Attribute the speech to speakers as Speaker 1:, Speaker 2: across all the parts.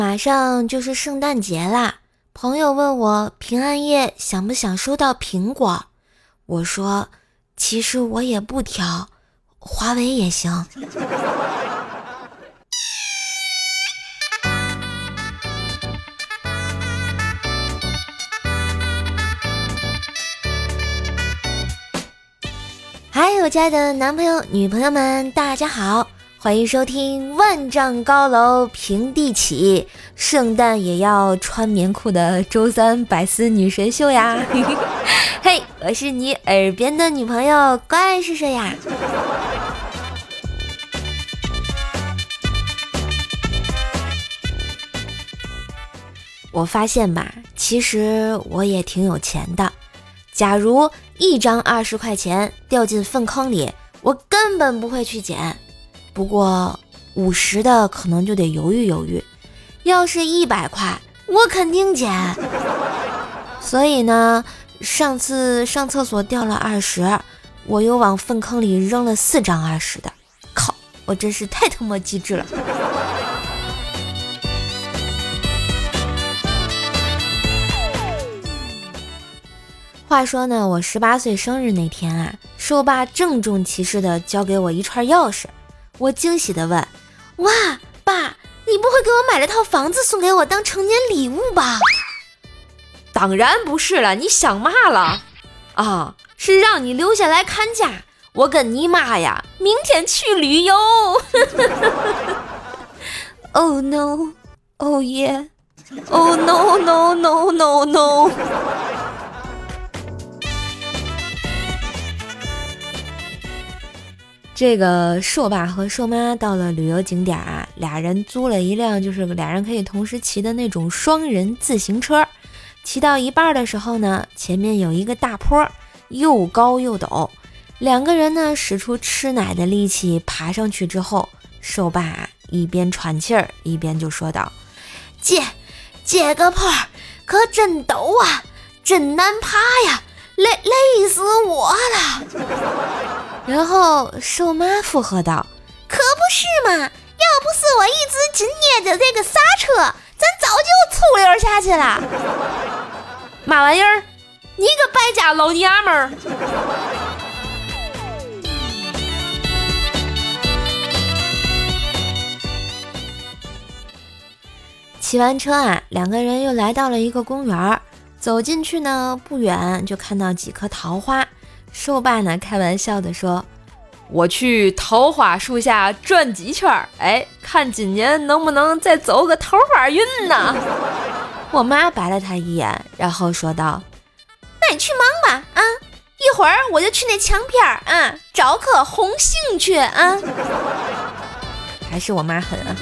Speaker 1: 马上就是圣诞节啦，朋友问我平安夜想不想收到苹果，我说其实我也不挑，华为也行。嗨，我亲爱的男朋友女朋友们，大家好，欢迎收听万丈高楼平地起，圣诞也要穿棉裤的周三百思女神秀呀。嘿，我是你耳边的女朋友怪是谁呀？我发现吧，其实我也挺有钱的。假如一张20块钱掉进粪坑里，我根本不会去捡。不过50的可能就得犹豫犹豫，要是100块，我肯定捡。所以呢，上次上厕所掉了20，我又往粪坑里扔了4张20的。靠，我真是太他妈机智了。话说呢，我18岁生日那天啊，瘦爸郑重其事地交给我一串钥匙。我惊喜地问：哇，爸，你不会给我买了套房子送给我当成年礼物吧？
Speaker 2: 当然不是了，你想嘛了啊？是让你留下来看家，我跟你妈呀明天去旅游。
Speaker 1: Oh no, oh yeah, oh no no no no no。这个瘦爸和瘦妈到了旅游景点啊，俩人租了一辆就是俩人可以同时骑的那种双人自行车。骑到一半的时候呢，前面有一个大坡，又高又陡，两个人呢使出吃奶的力气爬上去之后，瘦爸一边喘气儿一边就说道：这个坡可真陡啊，真难爬呀，累死我了。然后瘦妈附和道：可不是嘛，要不是我一直紧捏着这个刹车，咱早就粗溜下去了。
Speaker 2: 嘛玩意儿，你个败家老娘们儿！
Speaker 1: 骑完车啊，两个人又来到了一个公园，走进去呢，不远就看到几棵桃花。瘦爸呢开玩笑地说：
Speaker 2: 我去桃花树下转几圈，哎，看今年能不能再走个桃花运呢？
Speaker 1: 我妈白了他一眼，然后说道：那你去忙吧啊，一会儿我就去那墙边啊找棵红杏去啊。还是我妈狠啊。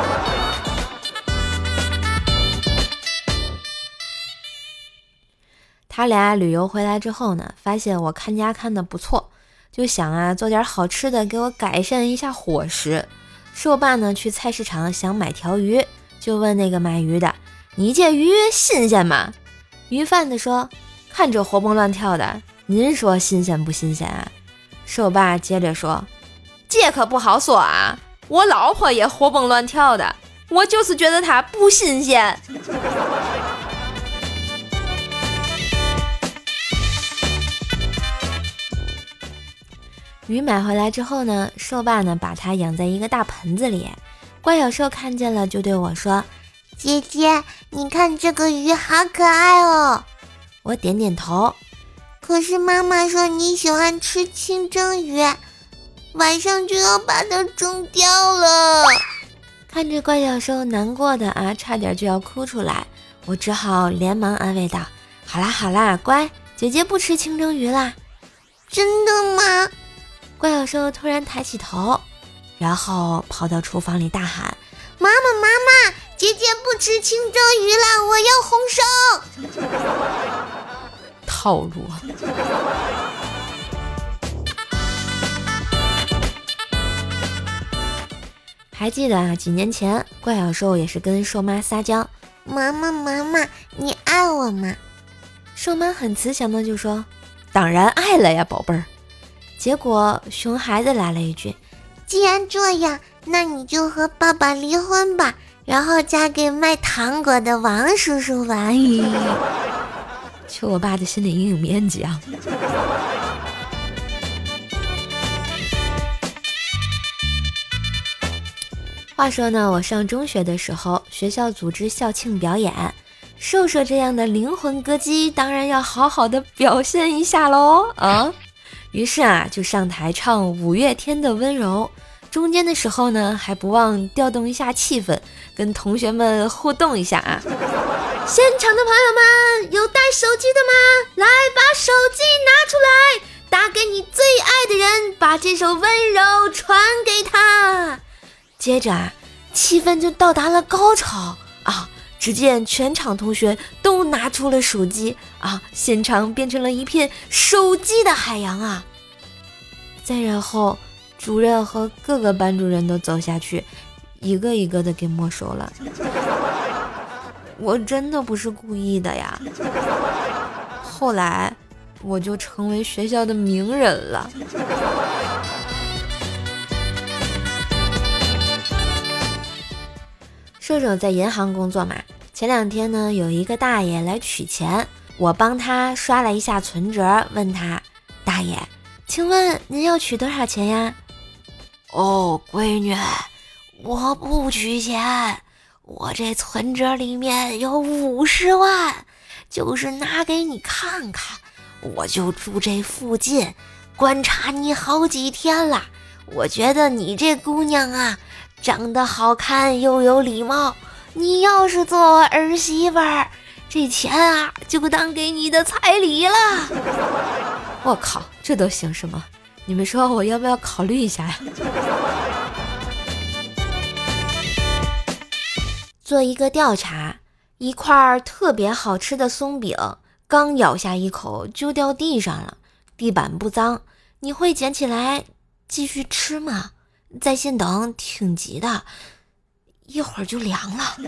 Speaker 1: 他俩旅游回来之后呢，发现我看家看得不错，就想啊做点好吃的给我改善一下伙食。瘦爸呢去菜市场想买条鱼，就问那个卖鱼的：你这鱼新鲜吗？鱼贩子说：看这活蹦乱跳的，您说新鲜不新鲜啊？瘦爸接着说：
Speaker 2: 这可不好说啊，我老婆也活蹦乱跳的，我就是觉得它不新鲜。
Speaker 1: 鱼买回来之后呢，瘦爸呢把它养在一个大盆子里。怪小兽看见了就对我说：姐姐，你看这个鱼好可爱哦。我点点头。可是妈妈说你喜欢吃清蒸鱼，晚上就要把它蒸掉了。看着怪小兽难过的啊，差点就要哭出来，我只好连忙安慰道：好啦好啦，乖，姐姐不吃清蒸鱼啦。真的吗？怪小兽突然抬起头，然后跑到厨房里大喊：妈妈妈妈，姐姐不吃清蒸鱼了，我要红烧。
Speaker 2: 套路。
Speaker 1: 还记得啊，几年前怪小兽也是跟瘦妈撒娇：妈妈妈妈，你爱我吗？瘦妈很慈祥的就说：当然爱了呀，宝贝儿。结果熊孩子来了一句：既然这样，那你就和爸爸离婚吧， 然后嫁给卖糖果的王叔叔吧。
Speaker 2: 求我爸的心理阴影面积啊！话说呢，我上中学的时候，学校组织校庆表演，瘦瘦这样的灵魂歌姬当然要好好的表现一下喽啊！于是啊，就上台唱五月天的温柔，中间的时候呢，还不忘调动一下气氛，跟同学们互动一下啊！现场的朋友们，有带手机的吗？来，把手机拿出来，打给你最爱的人，把这首温柔传给他。接着啊，气氛就到达了高潮啊！只见全场同学都拿出了手机啊，现场变成了一片手机的海洋啊！再然后，主任和各个班主任都走下去，一个一个的给没收了。我真的不是故意的呀！后来我就成为学校的名人了。瘦瘦在银行工作嘛，前2天呢，有一个大爷来取钱，我帮他刷了一下存折，问他：大爷，请问您要取多少钱呀？哦，闺女，我不取钱，我这存折里面有50万，就是拿给你看看，我就住这附近，观察你好几天了，我觉得你这姑娘啊，长得好看又有礼貌，你要是做我儿媳妇儿，这钱啊就当给你的彩礼了。我靠，这都行是吗？你们说我要不要考虑一下呀？做一个调查，一块特别好吃的松饼，刚咬下一口就掉地上了，地板不脏，你会捡起来继续吃吗？在线等挺急的，一会儿就凉了。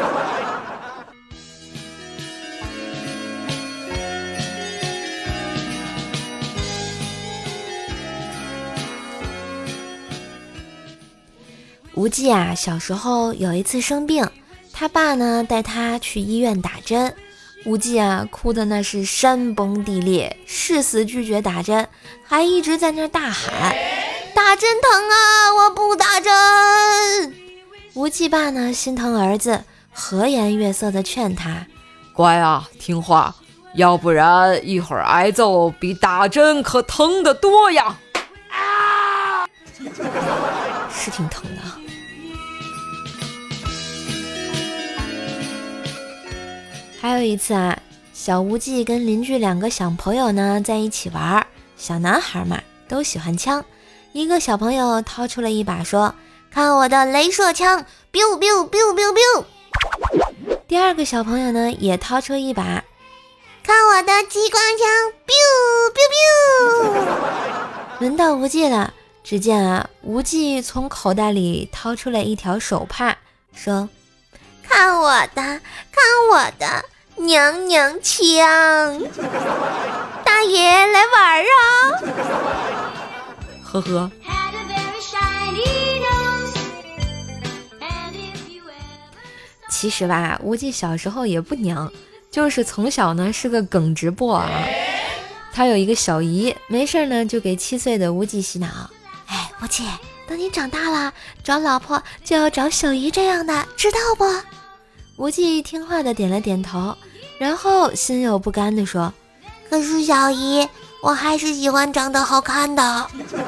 Speaker 2: 无忌啊，小时候有一次生病，他爸呢带他去医院打针，无忌啊哭的那是山崩地裂，誓死拒绝打针，还一直在那大喊：打针疼啊，我不打针。无忌爸呢心疼儿子，和颜悦色的劝他：
Speaker 3: 乖啊，听话，要不然一会儿挨揍比打针可疼得多呀。啊，
Speaker 2: 是挺疼的。还有一次啊，小无忌跟邻居2个小朋友呢在一起玩，小男孩嘛都喜欢枪，一个小朋友掏出了一把说：看我的镭射枪 biu biu biu biu biu。 第2个小朋友呢也掏出一把：看我的激光枪 biu biu biu。 轮到无忌了，只见啊，无忌从口袋里掏出了一条手帕，说：看我的，看我的娘娘腔，大爷来玩啊！
Speaker 3: 呵呵。
Speaker 2: 其实吧，无忌小时候也不娘，就是从小呢是个耿直 boy 啊。他有一个小姨，没事呢就给7岁的无忌洗脑：哎，无忌，等你长大了，找老婆就要找小姨这样的，知道不？无忌听话的点了点头，然后心有不甘的说：可是小姨，我还是喜欢长得好看的。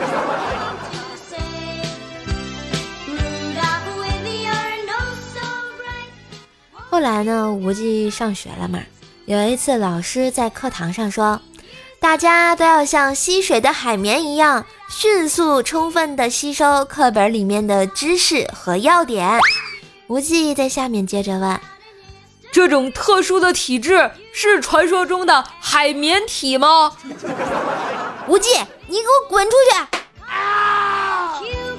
Speaker 2: 后来呢，无忌上学了嘛，有一次老师在课堂上说，大家都要像吸水的海绵一样，迅速充分的吸收课本里面的知识和要点。无忌在下面接着问：
Speaker 3: 这种特殊的体质是传说中的海绵体吗？
Speaker 2: 无忌，你给我滚出去！
Speaker 3: 啊！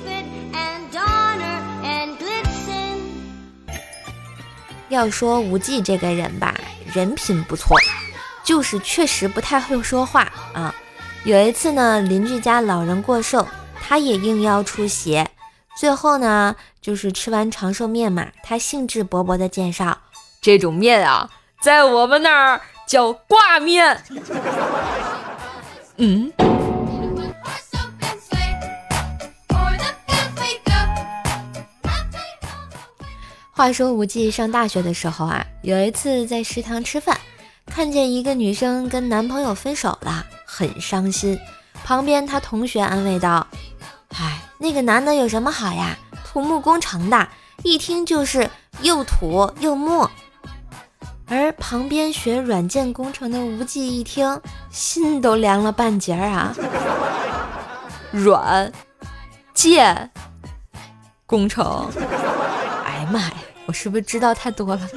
Speaker 2: 要说无忌这个人吧，人品不错，就是确实不太会说话啊。有一次呢，邻居家老人过寿，他也应邀出席，
Speaker 1: 最后呢，就是吃完长寿面嘛，他兴致勃勃地介绍，
Speaker 3: 这种面啊，在我们那儿叫挂面。
Speaker 1: 话说无忌上大学的时候啊，有一次在食堂吃饭，看见一个女生跟男朋友分手了，很伤心。旁边他同学安慰道，那个男的有什么好呀，土木工程的，一听就是又土又木。而旁边学软件工程的无忌一听，心都凉了半截啊。
Speaker 3: 软件工程，
Speaker 1: 哎呀妈呀，我是不是知道太多了？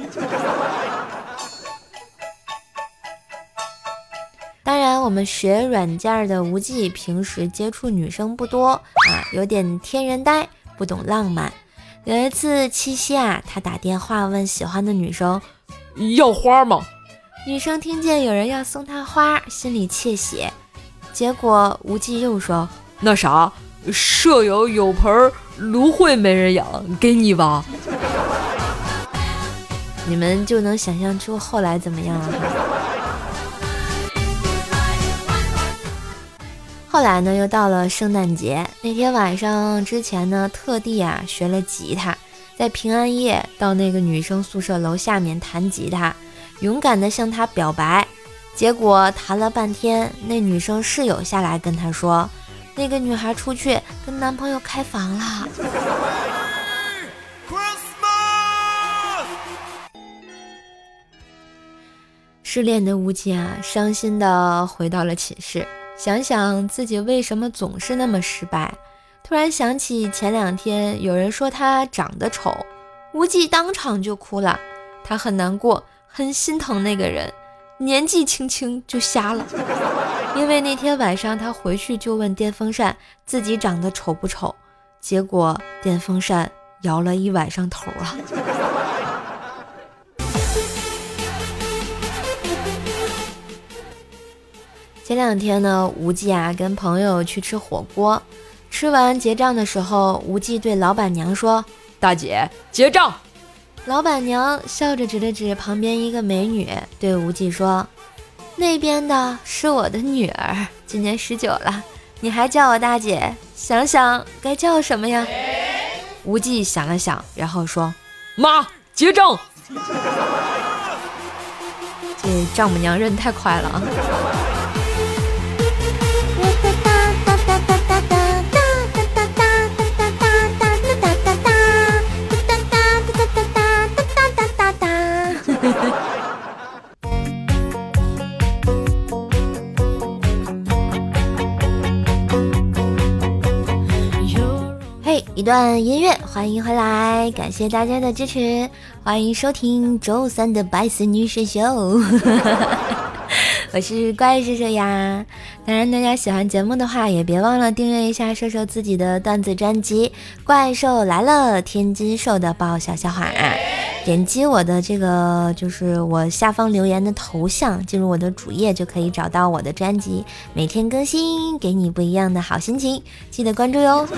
Speaker 1: 当然我们学软件的无忌平时接触女生不多啊，有点天然呆，不懂浪漫。有一次七夕啊，他打电话问喜欢的女生
Speaker 3: 要花吗？
Speaker 1: 女生听见有人要送她花，心里窃喜。结果无忌又说，
Speaker 3: 那啥，舍友有盆芦荟没人养，给你吧。
Speaker 1: 你们就能想象出后来怎么样了哈。后来呢，又到了圣诞节那天晚上之前呢，特地学了吉他，在平安夜到那个女生宿舍楼下面弹吉他，勇敢地向她表白。结果弹了半天，那女生室友下来跟她说，那个女孩出去跟男朋友开房了。失恋的无忌伤心地回到了寝室，想想自己为什么总是那么失败，突然想起前2天有人说他长得丑，无忌当场就哭了。他很难过，很心疼那个人，年纪轻轻就瞎了。因为那天晚上他回去就问电风扇自己长得丑不丑，结果电风扇摇了一晚上头啊。前2天呢，无忌跟朋友去吃火锅，吃完结账的时候，无忌对老板娘说，
Speaker 3: 大姐结账。
Speaker 1: 老板娘笑着指了指旁边一个美女，对无忌说，那边的是我的女儿，今年19了，你还叫我大姐，想想该叫什么呀？无忌想了想，然后说，
Speaker 3: 妈结账。
Speaker 1: 这丈母娘认太快了啊。一段音乐，欢迎回来，感谢大家的支持，欢迎收听周3的百思女神秀。我是怪兽兽呀，当然大家喜欢节目的话，也别忘了订阅一下兽兽自己的段子专辑《怪兽来了》，天津兽的爆笑笑话点击我的这个就是我下方留言的头像，进入我的主页就可以找到我的专辑，每天更新，给你不一样的好心情，记得关注哟。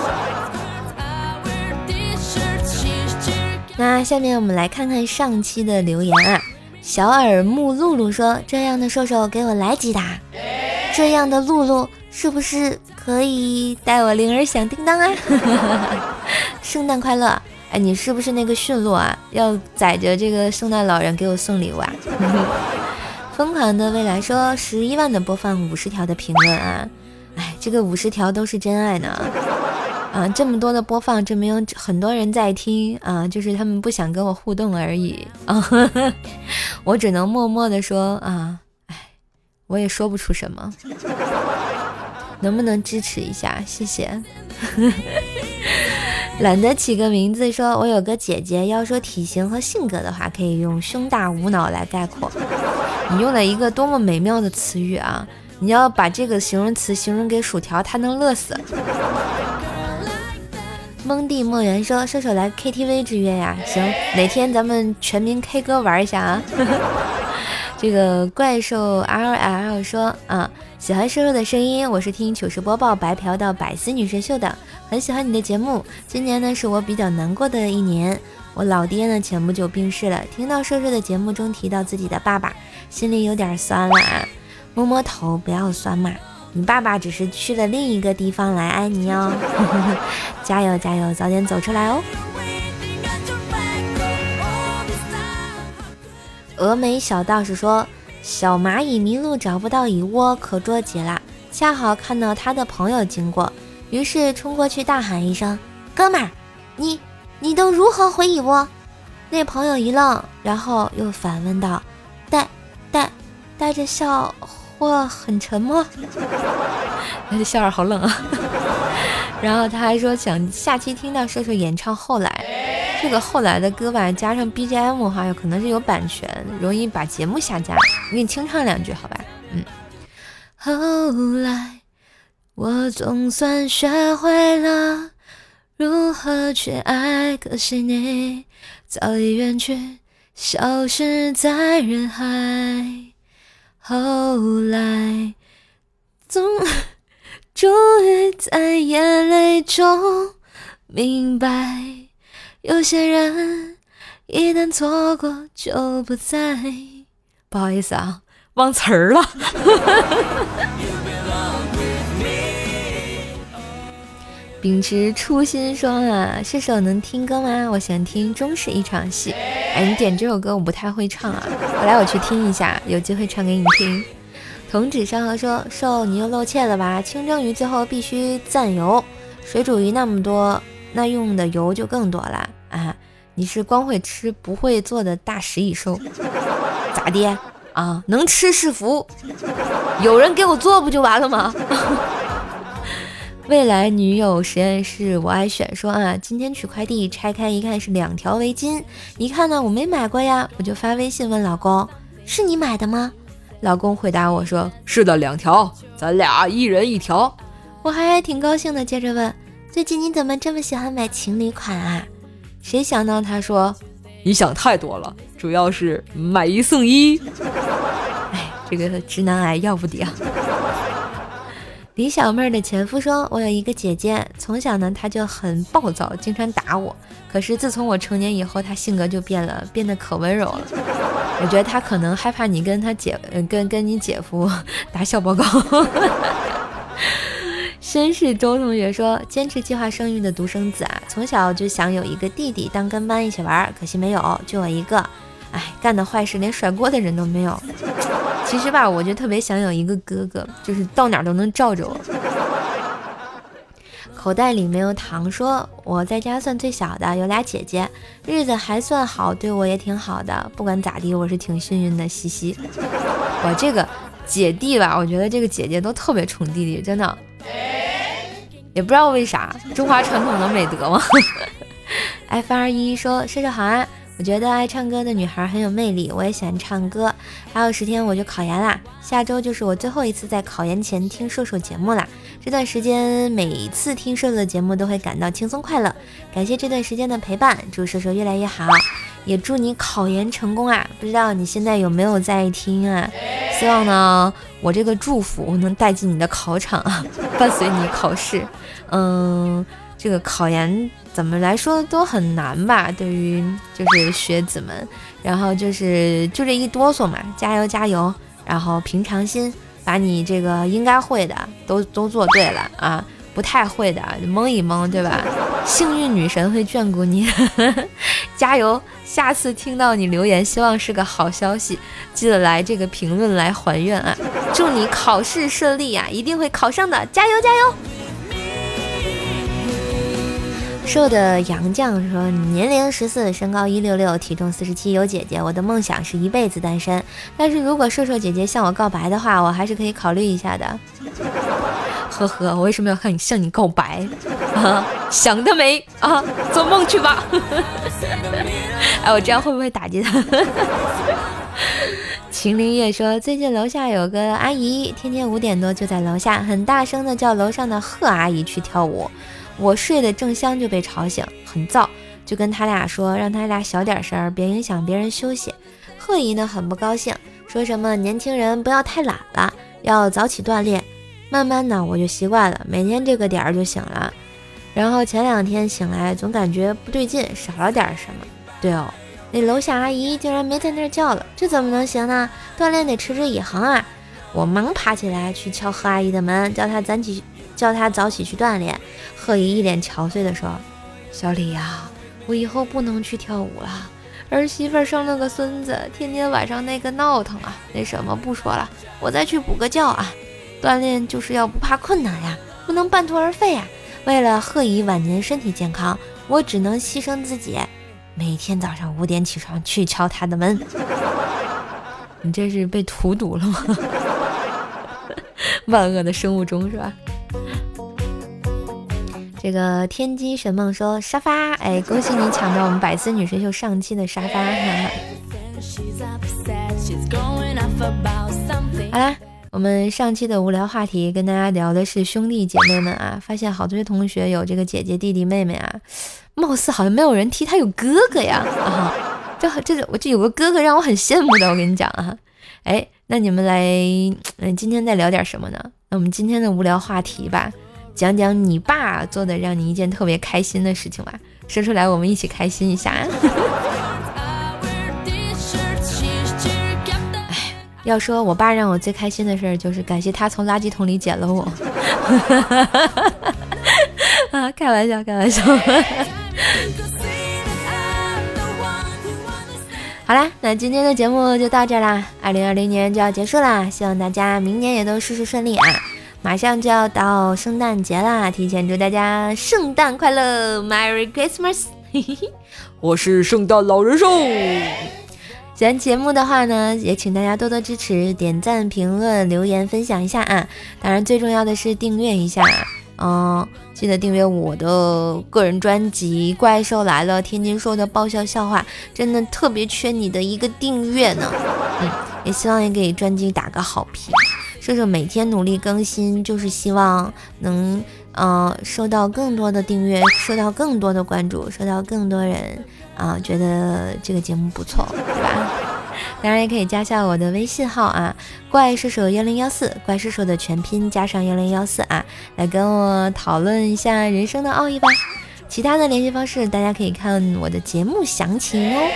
Speaker 1: 那下面我们来看看上期的留言小耳目露露说，这样的兽兽给我来几打，这样的露露是不是可以带我铃儿响叮当圣诞快乐。你是不是那个驯鹿要载着这个圣诞老人给我送礼物疯狂的未来说11万的播放，50条的评论这个50条都是真爱呢这么多的播放证明很多人在听就是他们不想跟我互动而已我只能默默的说我也说不出什么，能不能支持一下，谢谢懒得起个名字说，我有个姐姐，要说体型和性格的话，可以用胸大无脑来概括。你用了一个多么美妙的词语你要把这个形容词形容给薯条，他能乐死。蒙蒂莫言说，射手来 KTV 之约呀，行，哪天咱们全民 K 歌玩一下
Speaker 2: 这个怪兽 RL 说啊，喜欢瘦瘦的声音，我是听糗事播报白嫖到百思女神秀的，很喜欢你的节目。今年呢是我比较难过的一年，我老爹呢前不久病逝了，听到瘦瘦的节目中提到自己的爸爸，心里有点酸了啊。摸摸头，不要酸嘛，你爸爸只是去了另一个地方来爱你哦。加油加油，早点走出来哦。峨眉小道士说，小蚂蚁迷路找不到蚁窝，可捉急了，恰好看到他的朋友经过，于是冲过去大喊一声，哥们儿，你都如何回蚁窝？那朋友一愣，然后又反问道，带着笑或很沉默。他的笑儿好冷啊。然后他还说想下期听到射手演唱后来，这个后来的歌吧加上 BGM 的话有可能是有版权，容易把节目下架。我给你清唱两句好吧。后来我总算学会了如何去爱，可惜你早已远去，消失在人海。后来终于在眼泪中明白，有些人一旦错过就不再。不好意思啊，忘词儿了。秉持初心说啊，射手能听歌吗？我想听中式一场戏。你点这首歌我不太会唱啊，后来我去听一下，有机会唱给你听。童子山河说，瘦你又露怯了吧，清蒸鱼最后必须蘸油，水煮鱼那么多，那用的油就更多了啊！你是光会吃不会做的大食蚁兽。咋的啊？能吃是福，有人给我做不就完了吗？未来女友实验室我爱选说啊，今天取快递拆开一看是2条围巾，一看呢我没买过呀，我就发微信问老公，是你买的吗？老公回答我说，
Speaker 3: 是的，2条，咱俩一人1条。
Speaker 2: 我还挺高兴的，接着问，最近你怎么这么喜欢买情侣款啊？谁想到他说，
Speaker 3: 你想太多了，主要是买1送1。
Speaker 2: 哎，这个直男癌要不得啊。李小妹的前夫说，我有一个姐姐，从小呢她就很暴躁，经常打我，可是自从我成年以后，她性格就变了，变得可温柔了。我觉得她可能害怕你跟你姐夫打小报告。绅士周同学说，坚持计划生育的独生子啊，从小就想有一个弟弟当跟班一起玩，可惜没有，就我一个。哎，干的坏事连甩锅的人都没有。其实吧，我就特别想有一个哥哥，就是到哪都能罩着我。口袋里没有糖说，我在家算最小的，有俩姐姐，日子还算好，对我也挺好的，不管咋地我是挺幸运的，嘻嘻。我这个姐弟吧，我觉得这个姐姐都特别宠弟弟，真的也不知道为啥，中华传统的美德嘛。F21说，射手好啊，我觉得爱唱歌的女孩很有魅力，我也喜欢唱歌。还有10天我就考研啦，下周就是我最后一次在考研前听瘦瘦节目啦。这段时间每次听瘦瘦的节目都会感到轻松快乐，感谢这段时间的陪伴，祝瘦瘦越来越好，也祝你考研成功啊！不知道你现在有没有在听啊？希望呢我这个祝福能带进你的考场啊，伴随你考试。这个考研怎么来说都很难吧，对于就是学子们，然后就这一哆嗦嘛，加油加油，然后平常心，把你这个应该会的都做对了啊，不太会的蒙一蒙，对吧？幸运女神会眷顾你。加油，下次听到你留言希望是个好消息，记得来这个评论来还愿啊，祝你考试顺利啊，一定会考上的，加油加油。瘦的杨绛说，年龄14，身高166，体重47，有姐姐，我的梦想是一辈子单身，但是如果瘦瘦姐姐向我告白的话，我还是可以考虑一下的。呵呵，我为什么要向你告白啊？想得美啊，做梦去吧。哎，我这样会不会打击他？秦林叶说，最近楼下有个阿姨，天天5点多就在楼下很大声的叫楼上的贺阿姨去跳舞，我睡得正香就被吵醒，很燥，就跟他俩说让他俩小点声，别影响别人休息。贺姨呢很不高兴， 说什么年轻人不要太懒了，要早起锻炼。慢慢的我就习惯了，每天这个点儿就醒了。然后前2天醒来总感觉不对劲，少了点什么。对哦，那楼下阿姨竟然没在那儿叫了，这怎么能行呢？锻炼得持之以恒啊！我忙爬起来去敲何阿姨的门，叫她早起去锻炼。何姨一脸憔悴的说：“小李呀，我以后不能去跳舞了，儿媳妇生了个孙子，天天晚上那个闹腾啊。那什么不说了，我再去补个觉啊。锻炼就是要不怕困难呀，不能半途而废呀。为了贺姨晚年身体健康，我只能牺牲自己，每天早上5点起床去敲她的门。”你这是被荼毒了吗？万恶的生物钟是吧？这个天机神梦说沙发，哎，恭喜你抢到我们百思女神秀上期的沙发。好啦，我们上期的无聊话题跟大家聊的是兄弟姐妹们啊，发现好多同学有这个姐姐弟弟妹妹啊，貌似好像没有人提他有哥哥呀啊，这有个哥哥让我很羡慕的，我跟你讲啊。哎，那你们来，今天再聊点什么呢？那我们今天的无聊话题吧，讲讲你爸做的让你一件特别开心的事情吧，说出来我们一起开心一下。要说我爸让我最开心的事儿，就是感谢他从垃圾桶里捡了我。啊，开玩笑，开玩笑。好啦，那今天的节目就到这啦，2020年就要结束啦，希望大家明年也都事事顺利啊！马上就要到圣诞节啦，提前祝大家圣诞快乐 ，Merry Christmas！
Speaker 3: 我是圣诞老人兽。
Speaker 2: 喜欢节目的话呢，也请大家多多支持，点赞、评论、留言、分享一下啊！当然最重要的是订阅一下。记得订阅我的个人专辑《怪兽来了》，天津说的爆笑笑话，真的特别缺你的一个订阅呢。也希望也给专辑打个好评。射手每天努力更新，就是希望能收到更多的订阅，收到更多的关注，收到更多人觉得这个节目不错，对吧？当然也可以加下我的微信号啊，怪射手1014，怪射手的全拼加上1014啊，来跟我讨论一下人生的奥义吧。其他的联系方式大家可以看我的节目详情哦。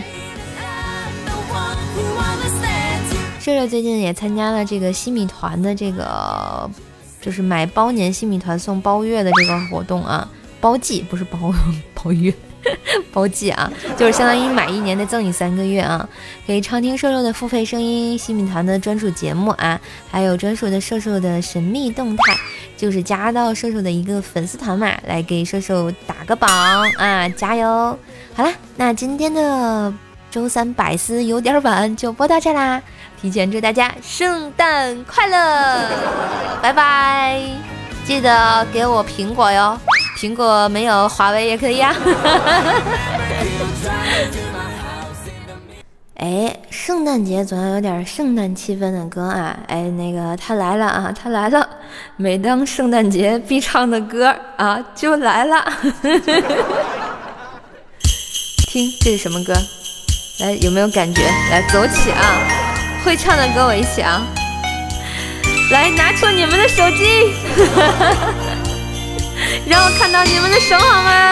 Speaker 2: 射手最近也参加了这个西米团的这个，就是买包年西米团送包月的这个活动啊，包季不是包月。包季啊，就是相当于买1年得赠你3个月啊，可以畅听射手的付费声音、西米团的专属节目啊，还有专属的射手的神秘动态，就是加到射手的一个粉丝团嘛，来给射手打个榜啊，加油！好啦，那今天的周三百思有点晚就播到这啦，提前祝大家圣诞快乐，拜拜！记得给我苹果哟。苹果没有，华为也可以啊。哎，圣诞节总要有点圣诞气氛的歌啊！哎，那个他来了啊，他来了！每当圣诞节必唱的歌啊，就来了。听，这是什么歌？来，有没有感觉？来，走起啊！会唱的跟我一起啊！来，拿出你们的手机。让我看到你们的手好吗？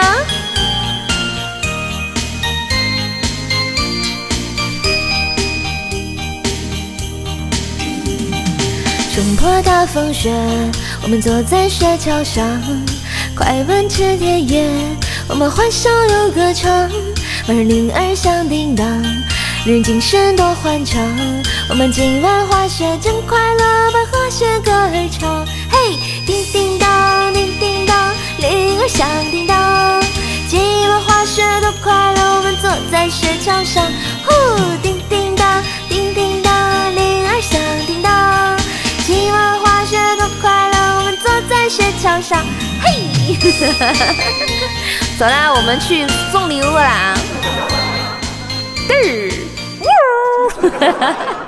Speaker 2: 冲破大风雪，我们坐在雪橇上，快奔驰田野，我们欢笑又歌唱，门铃儿响叮当，人精神多欢畅，我们今晚滑雪真快乐，把滑雪歌儿唱，嘿，叮叮当，叮叮当。铃儿响叮当，今晚滑雪多快乐，我们坐在雪橇上，呼，叮叮当，叮叮当，铃儿响叮当，今晚滑雪多快乐，我们坐在雪橇上，嘿，走啦，我们去送礼物啦，嘚儿，呜。